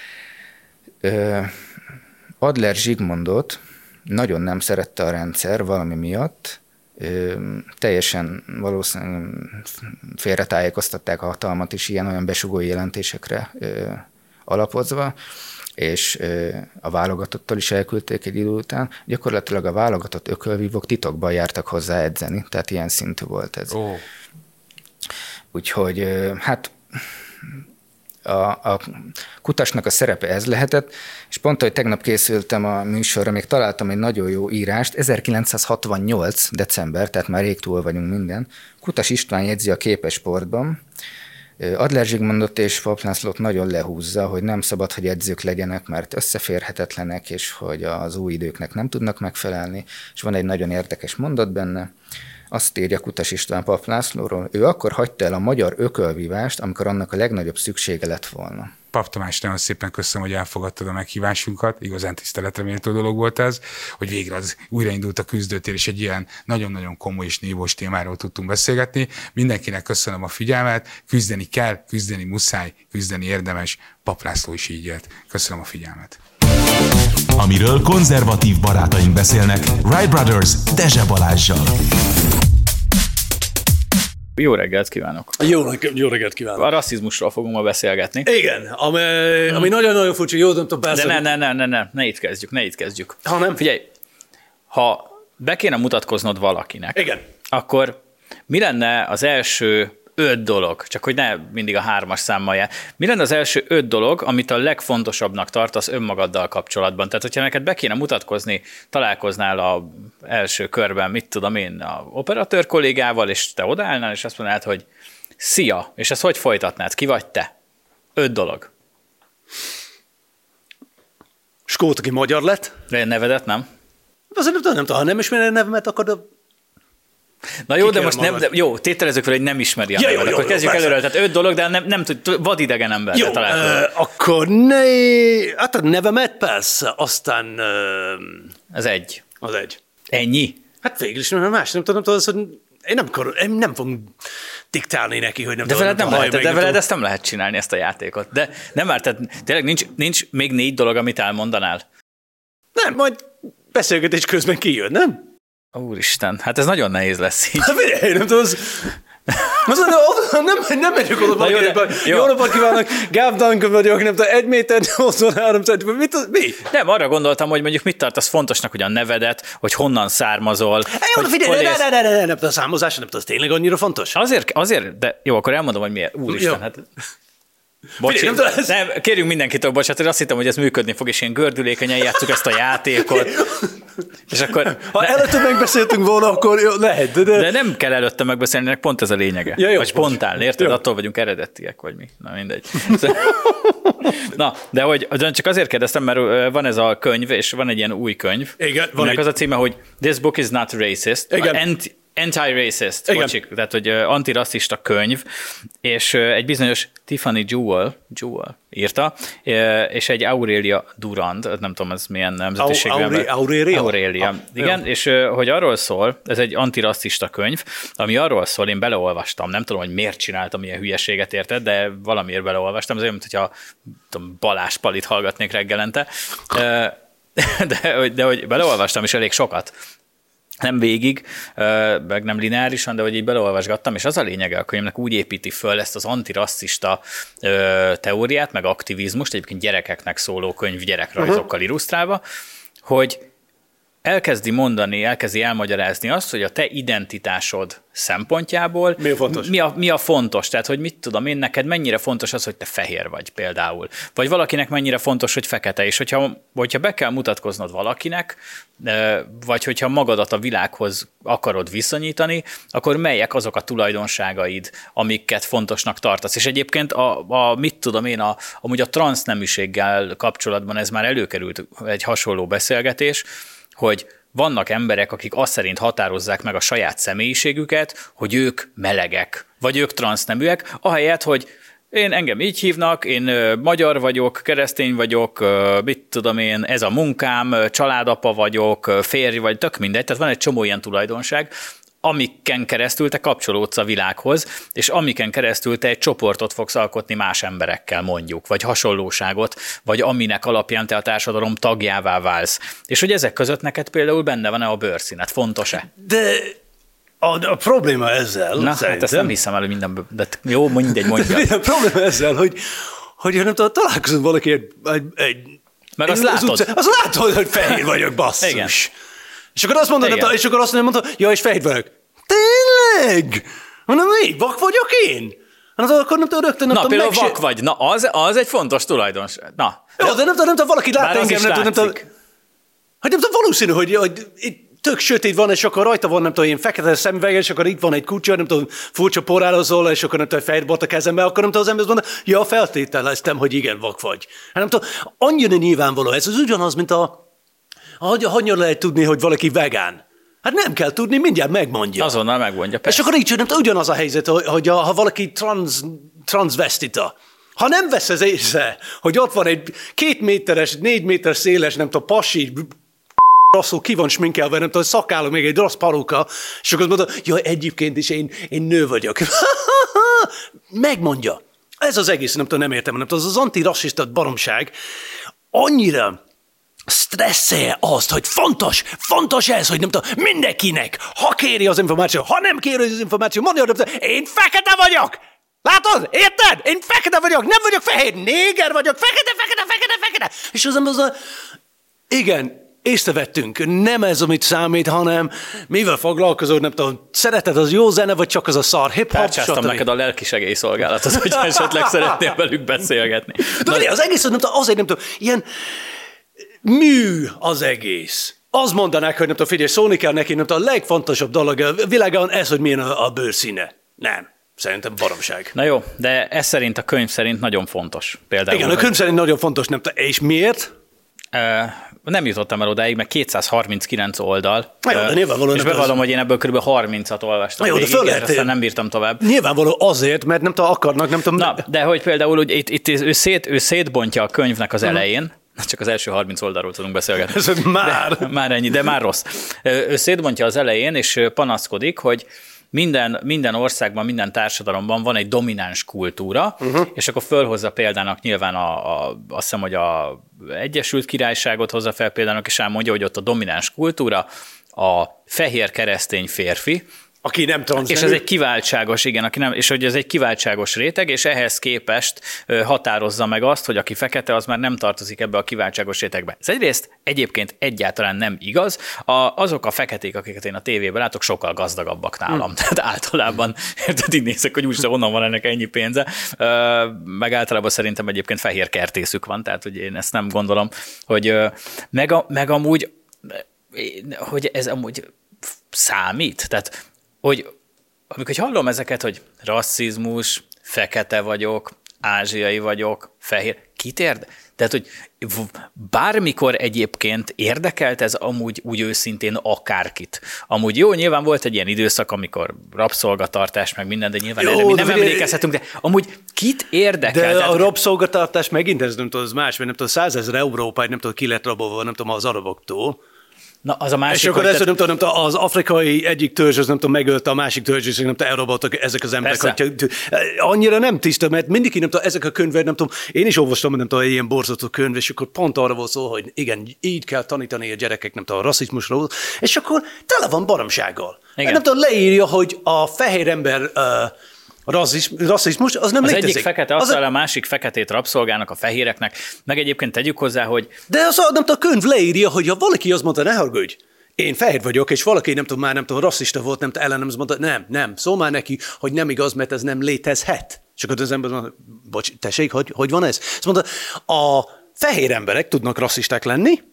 Adler Zsigmondot nagyon nem szerette a rendszer valami miatt, teljesen valószínűleg félretájékoztatták a hatalmat is ilyen-olyan besugói jelentésekre alapozva, és a válogatottól is elküldték egy idő után. Gyakorlatilag a válogatott ökölvívók titokban jártak hozzá edzeni, tehát ilyen szintű volt ez. Oh. Úgyhogy hát a Kutasnak a szerepe ez lehetett, és pont, hogy tegnap készültem a műsorra, még találtam egy nagyon jó írást, 1968. december, tehát már rég túl vagyunk minden, Kutas István jegyzi a Képesportban, Adler Zsigmondot és Papp Lászlót nagyon lehúzza, hogy nem szabad, hogy edzők legyenek, mert összeférhetetlenek, és hogy az új időknek nem tudnak megfelelni, és van egy nagyon érdekes mondat benne. Azt írja Kutas István Papp Lászlóról, ő akkor hagyta el a magyar ökölvívást, amikor annak a legnagyobb szüksége lett volna. Papp Tamás, nagyon szépen köszönöm, hogy elfogadtad a meghívásunkat. Igazán tiszteletre méltó dolog volt ez, hogy végre az újraindult a küzdőtér, és egy ilyen nagyon-nagyon komoly és nívós témáról tudtunk beszélgetni. Mindenkinek köszönöm a figyelmet, küzdeni kell, küzdeni muszáj, küzdeni érdemes. Papp László is így élt. Köszönöm a figyelmet. Amiről konzervatív barátaink beszélnek, Wright Brothers Dezse Balázssal. Jó reggelt kívánok! Jó reggelt kívánok! A rasszizmusról fogunk ma beszélgetni. Igen, ami nagyon-nagyon furcsa, jó, nem tudom, persze. De ne itt kezdjük. Ha nem? Figyelj, ha be kéne mutatkoznod valakinek, igen, akkor mi lenne az első 5 dolog, csak hogy ne mindig a 3-as számmal jár. Mi lenne az első 5 dolog, amit a legfontosabbnak tartasz önmagaddal kapcsolatban? Tehát, hogyha neked be kéne mutatkozni, találkoznál az első körben, mit tudom én, a operatőr kollégával, és te odaállnál, és azt mondanád, hogy szia, és ezt hogy folytatnád? Ki vagy te? 5 dolog. Skót, aki magyar lett. De nevedet nem? Azért nem tudom, ha nem ismeri a nevemet, akkor... Na jó, de most jó, tételezzük fel, hogy nem ismeri a nevet. Akkor kezdjük előről. Tehát 5 dolog, de nem tud, vadidegen emberre találkozni. Akkor hát a nevemet persze, aztán... Az egy. Az egy. Ennyi? Hát végül is, mert más nem tudom, hogy én nem fogom diktálni neki, hogy nem de tudom. De veled ezt nem lehet csinálni, ezt a játékot. De nem már, tehát tényleg nincs még 4 dolog, amit elmondanál? Nem, majd beszélgetés közben kijön, nem? Úristen, hát ez nagyon nehéz lesz így. Hát figyelj, nem tudom, nem megyek oda valakinek. Jó napot kívánok, Gáb Duncan vagyok, nem tudom, 1 méter, 83 cm, mi? Nem, arra gondoltam, hogy mondjuk mit tartasz fontosnak, hogy a nevedet, hogy honnan származol. Jó, figyelj, nem tudom, a számozás, nem tudom, ez tényleg annyira fontos? Azért, de jó, akkor elmondom, hogy miért. Úristen, hát... Bocsi, nem, kérjünk mindenkitől bocsánat, azt hittem, hogy ez működni fog, és ilyen gördülékenyen játsszuk ezt a játékot. És akkor, ha előtte megbeszéltünk volna, akkor jó, lehet. De nem kell előtte megbeszélni, ennek pont ez a lényege. Ja, jó, vagy spontán, érted? Jó. Attól vagyunk eredetiek, vagy mi. Na mindegy. Na, de hogy csak azért kérdeztem, mert van ez a könyv, és van egy ilyen új könyv. Igen, van az a címe, hogy This book is not racist. anti-racist, bocsik, tehát hogy antirasszista könyv, és egy bizonyos Tiffany Jewell írta, és egy Aurelia Durand, nem tudom, ez milyen nemzetiségű. Aurelia. Igen, jó. És hogy arról szól, ez egy antirasszista könyv, ami arról szól, én beleolvastam, nem tudom, hogy miért csináltam ilyen hülyeséget, érted, de valamiért beleolvastam, ez olyan, mintha Balázs Palit hallgatnék reggelente, de hogy beleolvastam is elég sokat. Nem végig, meg nem lineárisan, de hogy így beleolvasgattam, és az a lényege a könyvnek, úgy építi föl ezt az antirasszista teóriát, meg aktivizmust, egyébként gyerekeknek szóló könyv gyerekrajzokkal illusztrálva, hogy elkezdi elmagyarázni azt, hogy a te identitásod szempontjából mi a fontos. Tehát, hogy mit tudom én, neked mennyire fontos az, hogy te fehér vagy például. Vagy valakinek mennyire fontos, hogy fekete. És hogyha be kell mutatkoznod valakinek, vagy hogyha magadat a világhoz akarod viszonyítani, akkor melyek azok a tulajdonságaid, amiket fontosnak tartasz. És egyébként mit tudom én, amúgy a transzneműséggel kapcsolatban ez már előkerült egy hasonló beszélgetés, hogy vannak emberek, akik azt szerint határozzák meg a saját személyiségüket, hogy ők melegek, vagy ők transzneműek, ahelyett, hogy engem így hívnak, én magyar vagyok, keresztény vagyok, mit tudom én, ez a munkám, családapa vagyok, férj vagy, tök mindegy, tehát van egy csomó ilyen tulajdonság, amiken keresztül te kapcsolódsz a világhoz, és amiken keresztül te egy csoportot fogsz alkotni más emberekkel mondjuk, vagy hasonlóságot, vagy aminek alapján te a társadalom tagjává válsz. És hogy ezek között neked például benne van-e a bőrszínet? Fontos-e? De a probléma ezzel... Na, hát ezt nem hiszem el, hogy minden... De jó, mindegy, mondja. A probléma ezzel, hogy nem tudom, találkozom valaki egy meg azt látod. Azt látod, hogy fehér vagyok, basszus. Igen. És akkor azt mondod, és akkor azt mondta, ja, és fehér vagyok. Tényleg? Mondom, mi? Vak vagyok én? Akkor nem tudom, rögtön nem tudom például vak vagy. Na, az egy fontos tulajdonság. Na. Jó, de nem tudom, valaki lát engem, nem tudom. Hát nem tudom, valószínű, hogy tök sötét van, és akkor rajta van, nem tudom, ilyen fekete szemüveg, és akkor itt van egy kutya, nem tudom, furcsa porrálozol, és akkor nem tudom, fehér bot a kezembe, akkor nem tudom, az ember azt mondja, ja, feltételeztem, hogy igen, vak vagy. Hát nem tudom, annyira nyilvánvaló, ez az ugyanaz, mint hogyan lehet tudni, hogy valaki vegán? Hát nem kell tudni, mindjárt megmondja. Azonnal megmondja, persze. És akkor így nem ugyanaz a helyzet, hogy ha valaki transvestita, ha nem vesz ez észre, hogy ott van egy 2 méteres, 4 méter széles, nem tudom, pasi, rosszul ki van sminkelve, nem tudom, szakálló, még egy rossz paruka, és akkor azt mondja, jaj, egyébként is én nő vagyok. Megmondja. Ez az egész, nem tudom, nem értem, nem tudom, az antirasszista baromság annyira stresszelje azt, hogy fontos ez, hogy nem tudom, mindenkinek, ha kéri az információ, ha nem kéri az információ, mondja, hogy én fekete vagyok! Látod? Érted? Én fekete vagyok, nem vagyok fehér, néger vagyok, fekete. És az ember igen, észrevettünk, nem ez, amit számít, hanem mivel foglalkozol, nem tudom, szereted az jó zene, vagy csak az a szar hip-hop, Tárcsáztam neked a lelkisegélyszolgálatot, hogy esetleg szeretnél velük beszélgetni. De az egész, nem tudom, azért nem tudom, ilyen mű az egész. Az mondanák, hogy nem tudom, figyelj, szólni kell neki, nem tudom, a legfontosabb dolog a világon ez, hogy milyen a bőrszíne. Nem. Szerintem baromság. Na jó, de ez szerint a könyv szerint nagyon fontos. Például, igen, a könyv szerint nagyon fontos, nem tudom. És miért? Nem jutottam el odáig, mert 239 oldal. Na jó, de nyilvánvalóan. És bevallom, hogy én ebből kb. 30-at olvastam. Na jó, végig, és aztán nem bírtam tovább. Nyilvánvaló azért, mert nem tudom, akarnak, nem tudom. Na, de hogy például hogy itt ő szétbontja a könyvnek az elején, csak az első 30 oldalról tudunk beszélgetni. Ez már ennyi, de már rossz. Ő szétbontja az elején, és panaszkodik, hogy minden országban, minden társadalomban van egy domináns kultúra, és akkor fölhozza példának nyilván azt hiszem, hogy az Egyesült Királyságot hozza fel példának, és elmondja, hogy ott a domináns kultúra a fehér keresztény férfi, aki nem transznemű. És ez egy kiváltságos, igen, és hogy ez egy kiváltságos réteg, és ehhez képest határozza meg azt, hogy aki fekete, az már nem tartozik ebbe a kiváltságos rétegbe. Ez egyrészt egyébként egyáltalán nem igaz. Azok a feketék, akiket én a tévében látok, sokkal gazdagabbak nálam. Tehát általában, érted, így nézek, hogy úgyse honnan van ennek ennyi pénze. Meg általában szerintem egyébként fehér kertészük van, tehát hogy én ezt nem gondolom, hogy meg amúgy, hogy ez amúgy számít. Tehát hogy amikor hallom ezeket, hogy rasszizmus, fekete vagyok, ázsiai vagyok, fehér, kit érdekel? Tehát, hogy bármikor egyébként érdekelt ez amúgy úgy őszintén akárkit. Amúgy jó, nyilván volt egy ilyen időszak, amikor rabszolgatartás, meg minden, de nyilván erre mi nem emlékezhetünk, de amúgy kit érdekel? De a rabszolgatartás megint ez nem tudom, az más, mert nem tudom, 100 000 Európát nem tudom, ki lett rabolva, nem tudom, az araboktól. Na, az a másik, és akkor ez, nem tudom, az afrikai egyik törzs, az nem tudom, megölte a másik törzs, és nem tudom, elraboltak ezek az emberek. Hogy, annyira nem tiszta, mert mindig, nem tudom, ezek a könyvek, nem tudom, én is olvastam, nem tudom, egy ilyen borzasztó könyv, és akkor pont arra volt szó, hogy igen, így kell tanítani a gyerekek, nem tudom, a rasszizmusról, és akkor tele van baromsággal. Nem tudom, leírja, hogy a fehér ember rasszizmus, az nem létezik. Az egyik fekete asszal, a másik feketét rabszolgálnak a fehéreknek, meg egyébként tegyük hozzá, hogy... De az nem tudom, a könyv leírja, hogy ha valaki azt mondta, ne haragudj, én fehér vagyok, és valaki nem tudom, már nem tudom, rasszista volt, nem tudom, ellenem, azt mondta, nem, szól már neki, hogy nem igaz, mert ez nem létezhet. És akkor az ember mondta, bocs, tessék, hogy van ez? Azt mondta, a fehér emberek tudnak rasszisták lenni,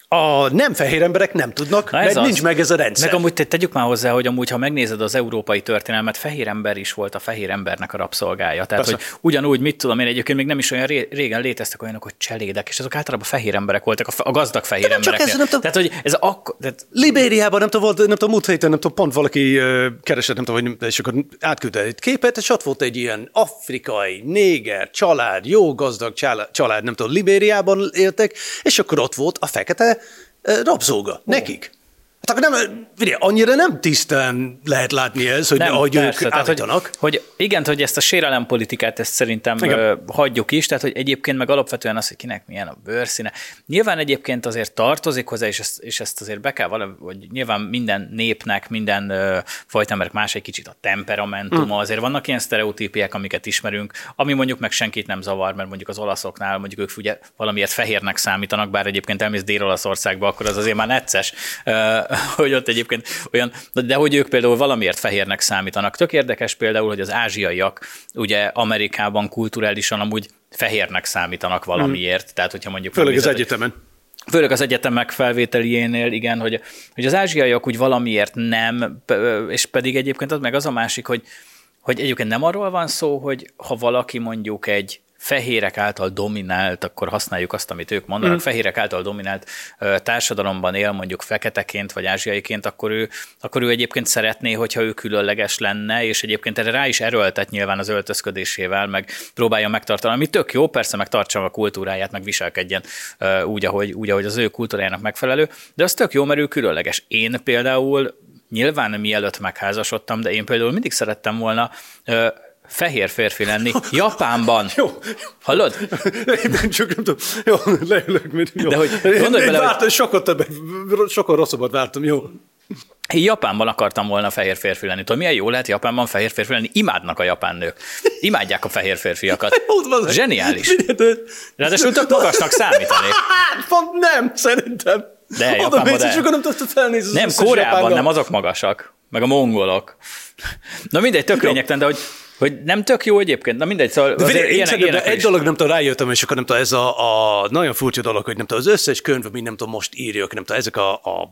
a nem fehér emberek nem tudnak, mert nincs meg ez a rendszer. Meg amúgy tegyük már hozzá, hogy amúgy, ha megnézed az európai történelmet, fehér ember is volt a fehér embernek a rabszolgája. Tehát, hogy ugyanúgy, mit tudom én, egyébként még nem is olyan régen léteztek olyanok, hogy cselédek, és azok általában fehér emberek voltak, a gazdag fehér embereknél. Tehát, hogy ez Libériában, nem tudom, volt, nem tudom, múlt héten, nem tudom, pont valaki keresett, nem tudom, és akkor átküldte egy képet, és ott volt egy ilyen afrikai, néger, család, jó gazdag család, nem tudom, Libériában éltek, és akkor ott volt a fekete rabszolga, nekik. Hát akkor nem, annyira nem tisztán lehet látni ez, hogy ahogy ők állítanak. Hogy igen, hogy ezt a sérelempolitikát, ezt szerintem hagyjuk is, tehát hogy egyébként meg alapvetően az, hogy kinek milyen a bőrszíne. Nyilván egyébként azért tartozik hozzá, és ezt azért be kell valahogy, hogy nyilván minden népnek, minden fajta emberek más egy kicsit a temperamentuma, azért vannak ilyen sztereotípiák, amiket ismerünk, ami mondjuk meg senkit nem zavar, mert mondjuk az olaszoknál mondjuk ők ugye valamiért fehérnek számítanak, bár egyébként elmész Dél-Olaszországba, akkor az azért már necces, hogy ott egyébként olyan, de hogy ők például valamiért fehérnek számítanak. Tök érdekes például, hogy az ázsiaiak ugye Amerikában kulturálisan amúgy fehérnek számítanak valamiért. Tehát, hogyha mondjuk... Főleg az egyetemen. Főleg az egyetemek felvételiénél, igen, hogy az ázsiaiak úgy valamiért nem, és pedig egyébként az meg az a másik, hogy egyébként nem arról van szó, hogy ha valaki mondjuk egy fehérek által dominált, akkor használjuk azt, amit ők mondanak, fehérek által dominált társadalomban él mondjuk feketeként vagy ázsiaiként, akkor ő egyébként szeretné, hogyha ő különleges lenne, és egyébként erre rá is erőltet nyilván az öltözködésével, meg próbálja megtartani, ami tök jó, persze megtartsa a kultúráját, meg viselkedjen úgy, ahogy az ő kultúrájának megfelelő, de az tök jó, mert ő különleges. Én például nyilván mielőtt megházasodtam, de én például mindig szerettem volna fehér férfi lenni Japánban. Jó. Hallod? Én csak nem tudom. Jó, leülök. Jó. De hogy gondolj bele, hogy... sokkal rosszabbat vártam, jó. Én Japánban akartam volna fehér férfi lenni. Tudod, milyen jó lehet Japánban fehér férfi lenni? Imádnak a japán nők. Imádják a fehér férfiakat. Zseniális. Ráadásul tök magasnak számítanék. Nem, szerintem. De Japánban, de. Csak nem tudtad felnézni. Nem, Koreában nem, azok magasak. Meg a mongolok. Na mindegy, tök lényegtelen, de hogy nem tök jó egyébként, na mindegy, szóval ilyenek egy dolog nem tudom, rájöttem, és akkor nem tudom, ez a nagyon furcsa dolog, hogy nem tudom, az összes könyv, amit nem tudom, most írjak, nem tudom, ezek a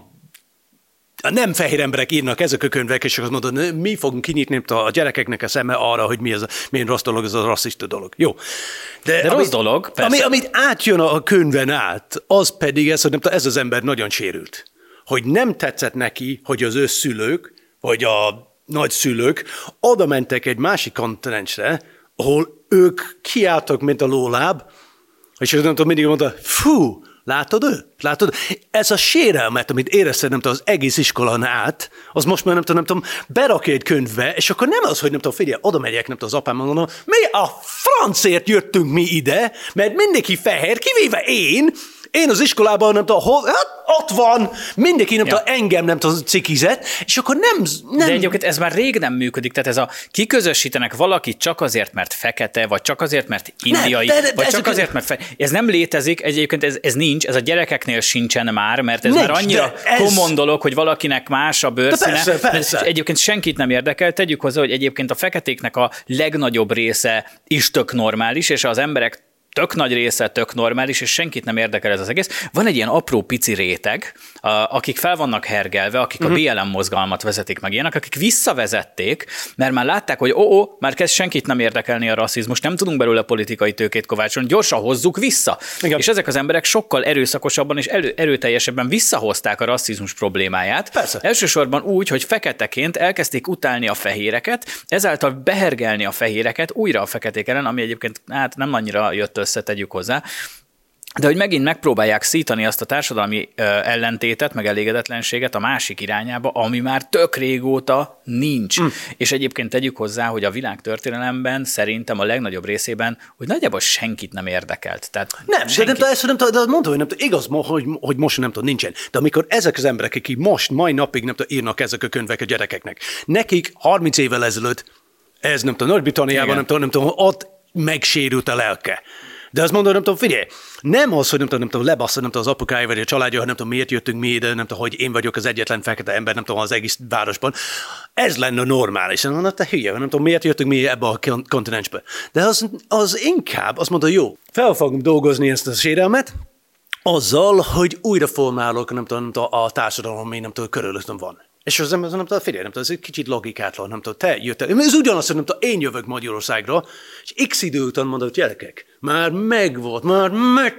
nem fehér emberek írnak ezek a könyvek, és azt mondod, mi fogunk kinyitni nem tudom, a gyerekeknek a szeme arra, hogy milyen rossz dolog, ez a rasszista dolog. Jó. De rossz dolog, persze. Amit átjön a könyven át, az pedig ez, hogy nem tudom, ez az ember nagyon sérült. Hogy nem tetszett neki, hogy az ő szülők, vagy a nagyszülők oda mentek egy másik kontinensre, ahol ők kiálltak, mint a lóláb, és nem tudom, mindig mondta, fú, látod őt? Látod? Ez a sérelmet, amit érezted, nem tudom, az egész iskolán át, az most már nem tudom, berakja egy könyvbe, és akkor nem az, hogy nem tudom, figyelj, oda megyek, nem tudom, az apám mondom, mi a francért jöttünk mi ide, mert mindenki fehér, kivéve én az iskolában nem tudom, hát ott van, mindenki nem tudom, engem nem tudom, cikizett, és akkor nem... De egyébként ez már rég nem működik, tehát ez a kiközösítenek valakit csak azért, mert fekete, vagy csak azért, mert indiai, vagy csak azért, mert ez nem létezik, egyébként ez nincs, ez a gyerekeknél sincsen már, mert ez már annyira common dolog, hogy valakinek más a bőrszíne. Persze. Egyébként senkit nem érdekel, tegyük hozzá, hogy egyébként a feketéknek a legnagyobb része is tök normális, és az emberek tök nagy része, tök normális, és senkit nem érdekel ez az egész. Van egy ilyen apró pici réteg, akik fel vannak hergelve, akik a BLM mozgalmat vezetik meg ilyenek, akik visszavezették, mert már látták, hogy már kezd senkit nem érdekelni a rasszizmus, nem tudunk belőle politikai tőkét kovácsolni, gyorsan hozzuk vissza. Igen. És ezek az emberek sokkal erőszakosabban és erőteljesebben visszahozták a rasszizmus problémáját. Persze. Elsősorban úgy, hogy feketeként elkezdték utálni a fehéreket, ezáltal behergelni a fehéreket újra a feketék ellen, ami egyébként nem annyira jött össze, tegyük hozzá. De hogy megint megpróbálják szítani azt a társadalmi ellentétet, meg elégedetlenséget a másik irányába, ami már tök régóta nincs. És egyébként tegyük hozzá, hogy a világtörténelemben szerintem a legnagyobb részében, hogy nagyjából senkit nem érdekelt. Tehát nem, de mondom, hogy nem tudom, igaz, hogy most nem tudom, nincsen. De amikor ezek az emberek, akik most, mai napig nem tudom, írnak ezek a könyvek a gyerekeknek, nekik 30 évvel ezelőtt, ez nem tudom, Nagy-Britanniában, nem tudom, ott megsérült a lelke. De azt mondom, nem tudom, figyelj, nem az, hogy nem tudom, lebasszad, nem tudom, az apukája vagy a családja, nem tudom, miért jöttünk mi ide, nem tudom, hogy én vagyok az egyetlen fekete ember, nem tudom, az egész városban. Ez lenne normális. Nem te hülye, nem tudom, miért jöttünk mi ebbe a kontinensbe. De az inkább azt mondta, jó, fel fogom dolgozni ezt a sérelmet, azzal, hogy újra formálok, nem tudom, a társadalom, ami nem tudom, körülöttem van. És az ember nem tudom, figyelj, nem tudom, ez egy kicsit logikátlan, nem tudom, te jöttél. Ez ugyanaz, hogy nem tudom, én jövök Magyarországra, és x idő után mondod, gyerekek, már megvolt, már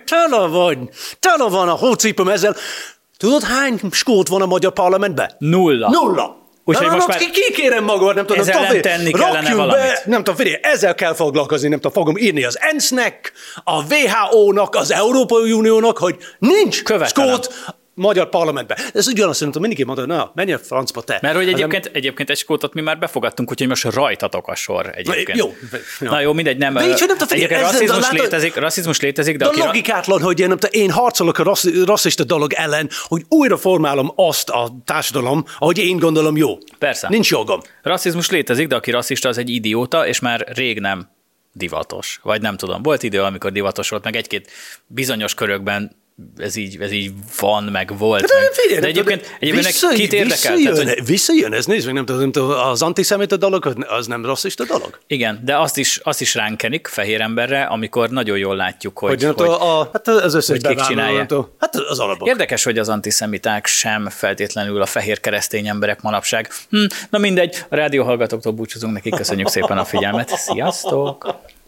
tele van a hócipőm ezzel. Tudod, hány skót van a magyar parlamentben? 0. Úgyhogy most már kikérem magad, nem tudom, ezzel tenni kellene valamit. Nem tudom, figyelj, ezzel kell foglalkozni, nem tudom, fogom írni az ENSZ-nek, a WHO-nak, az Európai Uniónak, hogy nincs skót magyar parlamentben. Ez ugyanazt, nem tudom, mindig mondod, na, menj a francba te. Mert hogy egyébként egy skótot mi már befogadtunk, úgyhogy most rajtatok a sor egyébként. Jó. Na jó, mindegy, nem. Rasszizmus létezik, de aki logikátlan, hogy én harcolok a rasszista dolog ellen, hogy újra formálom azt a társadalom, ahogy én gondolom jó. Persze. Nincs jogom. Rasszizmus létezik, de aki rasszista, az egy idióta, és már rég nem divatos. Vagy nem tudom, volt idő, amikor divatos volt, meg egy-két bizonyos körökben ez így van, meg volt. De egyébként kit érdekel? Visszajön, ez nézd meg, nem tudom, az antiszemita dolog, az nem rasszista dolog? Igen, de azt is ránk kenik fehér emberre, amikor nagyon jól látjuk, hogy az összes kik csinálja. Hát az alapok. Érdekes, hogy az antiszemiták sem feltétlenül a fehér keresztény emberek manapság. Na mindegy, a rádióhallgatóktól búcsúzunk nekik, köszönjük szépen a figyelmet. Sziasztok!